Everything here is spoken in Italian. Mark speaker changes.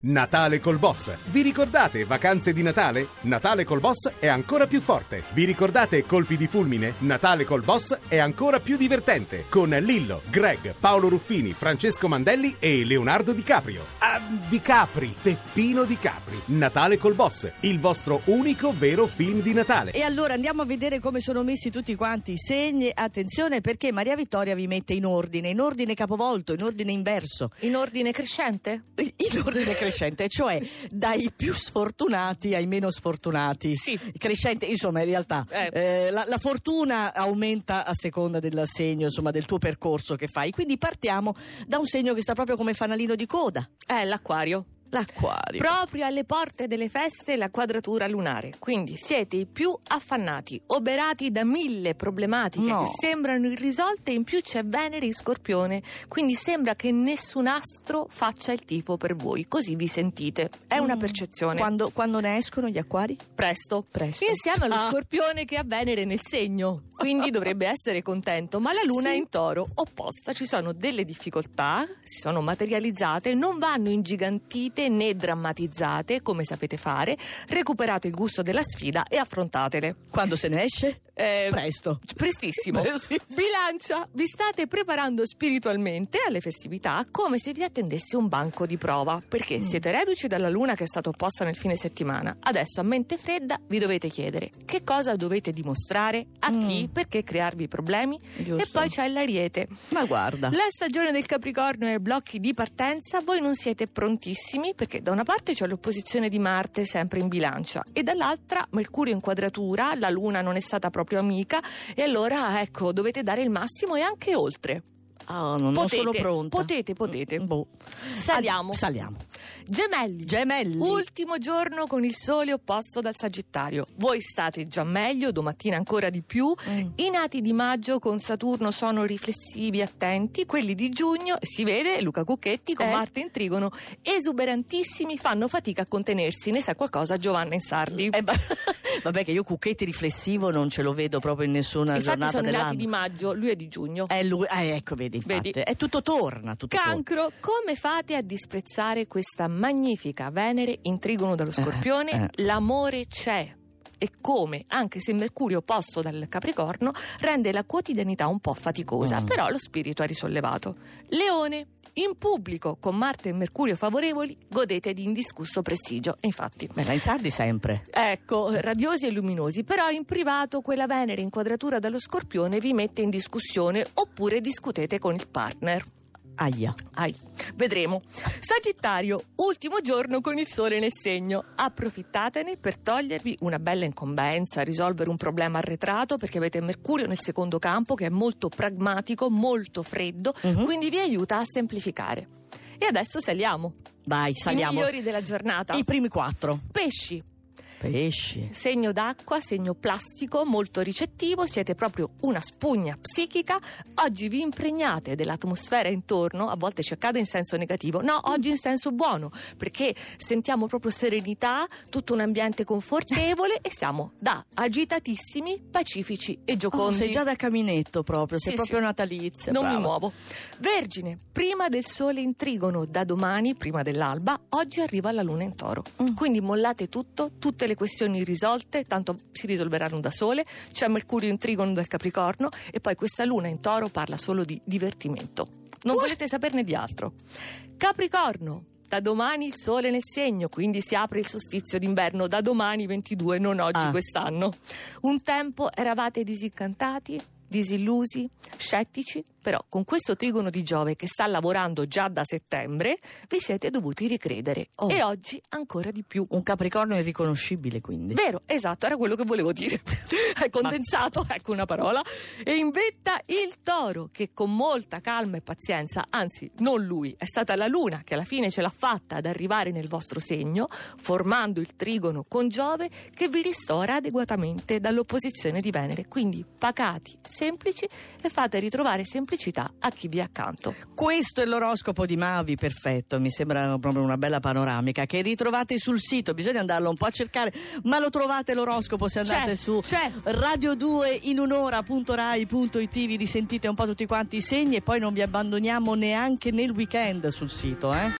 Speaker 1: Natale col Boss. Vi ricordate vacanze di Natale? Natale col Boss è ancora più forte. Vi ricordate colpi di fulmine? Natale col Boss è ancora più divertente. Con Lillo, Greg, Paolo Ruffini, Francesco Mandelli e Leonardo Di Caprio. Peppino Di Capri. Natale col Boss, il vostro unico vero film di Natale.
Speaker 2: E allora andiamo a vedere come sono messi tutti quanti i segni. Attenzione, perché Maria Vittoria vi mette in ordine capovolto, in ordine inverso.
Speaker 3: In ordine crescente?
Speaker 2: In ordine crescente, cioè dai più sfortunati ai meno sfortunati.
Speaker 3: Sì.
Speaker 2: Crescente, insomma, in realtà la fortuna aumenta a seconda del segno, insomma, del tuo percorso che fai. Quindi partiamo da un segno che sta proprio come fanalino di coda.
Speaker 3: L'acquario.
Speaker 2: L'acquario.
Speaker 3: Proprio alle porte delle feste la quadratura lunare. Quindi siete i più affannati, oberati da 1000 problematiche che sembrano irrisolte. In più c'è Venere in Scorpione, quindi sembra che nessun astro faccia il tifo per voi. Così vi sentite. È una percezione.
Speaker 2: Quando ne escono gli acquari?
Speaker 3: Presto. Insieme allo Scorpione che ha Venere nel segno. Quindi dovrebbe essere contento. Ma la Luna è in Toro, opposta. Ci sono delle difficoltà, si sono materializzate, non vanno ingigantite né drammatizzate, come sapete fare. Recuperate il gusto della sfida e affrontatele.
Speaker 2: Quando se ne esce? Presto.
Speaker 3: Prestissimo. Bilancia, vi state preparando spiritualmente alle festività come se vi attendesse un banco di prova, perché siete reduci dalla Luna che è stata opposta nel fine settimana. Adesso a mente fredda vi dovete chiedere che cosa dovete dimostrare, a chi, perché crearvi problemi.
Speaker 2: Giusto.
Speaker 3: E poi c'è l'Ariete.
Speaker 2: Ma guarda,
Speaker 3: la stagione del Capricorno è ai blocchi di partenza. Voi non siete prontissimi perché da una parte c'è l'opposizione di Marte sempre in Bilancia e dall'altra Mercurio in quadratura, la Luna non è stata proprio amica e allora ecco dovete dare il massimo e anche oltre.
Speaker 2: Non sono pronta.
Speaker 3: Potete. Saliamo. Gemelli. Ultimo giorno con il Sole opposto dal Sagittario. Voi state già meglio, domattina ancora di più. I nati di maggio con Saturno sono riflessivi, attenti. Quelli di giugno, si vede, Luca Cucchetti con Marte in Trigono, esuberantissimi, fanno fatica a contenersi. Ne sa qualcosa Giovanna Insardi.
Speaker 2: Vabbè, che io Cucchetti riflessivo non ce lo vedo proprio in nessuna giornata
Speaker 3: sono
Speaker 2: dell'anno.
Speaker 3: Nati di maggio, lui è di giugno.
Speaker 2: Ecco, vedi. È tutto torna.
Speaker 3: Cancro, come fate a disprezzare questa magnifica Venere in Trigono dallo Scorpione? L'amore c'è. E come, anche se Mercurio opposto dal Capricorno, rende la quotidianità un po' faticosa, però lo spirito è risollevato. Leone, in pubblico, con Marte e Mercurio favorevoli, godete di indiscusso prestigio. E infatti...
Speaker 2: la Insardi sempre.
Speaker 3: Ecco, radiosi e luminosi, però in privato quella Venere in quadratura dallo Scorpione vi mette in discussione oppure discutete con il partner. Vedremo. Sagittario, ultimo giorno con il Sole nel segno. Approfittatene per togliervi una bella incombenza, risolvere un problema arretrato, perché avete Mercurio nel secondo campo che è molto pragmatico, molto freddo, quindi vi aiuta a semplificare. E adesso saliamo.
Speaker 2: Vai, saliamo.
Speaker 3: I migliori della giornata.
Speaker 2: I primi 4.
Speaker 3: Pesci.
Speaker 2: Segno
Speaker 3: d'acqua, segno plastico, molto ricettivo, siete proprio una spugna psichica. Oggi vi impregnate dell'atmosfera intorno, a volte ci accade in senso negativo, oggi in senso buono, perché sentiamo proprio serenità, tutto un ambiente confortevole e siamo da agitatissimi, pacifici e giocondi.
Speaker 2: Sei già da caminetto proprio, sei proprio natalizia.
Speaker 3: Non
Speaker 2: brava.
Speaker 3: mi muovo. Vergine, prima del Sole in Trigono, da domani, prima dell'alba, oggi arriva la Luna in Toro. Quindi mollate tutto, tutte le questioni irrisolte, tanto si risolveranno da sole. C'è Mercurio in Trigono dal Capricorno e poi questa Luna in Toro parla solo di divertimento. Non volete saperne di altro. Capricorno, da domani il Sole nel segno, quindi si apre il solstizio d'inverno, da domani 22, non oggi, quest'anno. Un tempo eravate disincantati, disillusi, scettici, però con questo trigono di Giove che sta lavorando già da settembre vi siete dovuti ricredere e oggi ancora di più.
Speaker 2: Un Capricorno irriconoscibile, quindi.
Speaker 3: Vero, esatto, era quello che volevo dire. È condensato, ecco una parola. E in vetta il Toro che con molta calma e pazienza, anzi non lui, è stata la Luna che alla fine ce l'ha fatta ad arrivare nel vostro segno, formando il trigono con Giove che vi ristora adeguatamente dall'opposizione di Venere. Quindi pacati, semplici e fate ritrovare semplicità a chi vi è accanto.
Speaker 2: Questo è l'oroscopo di Mavi, perfetto, mi sembra proprio una bella panoramica che ritrovate sul sito, bisogna andarlo un po' a cercare, ma lo trovate l'oroscopo se andate su Radio 2 in un'ora.rai.it, vi risentite un po' tutti quanti i segni e poi non vi abbandoniamo neanche nel weekend sul sito,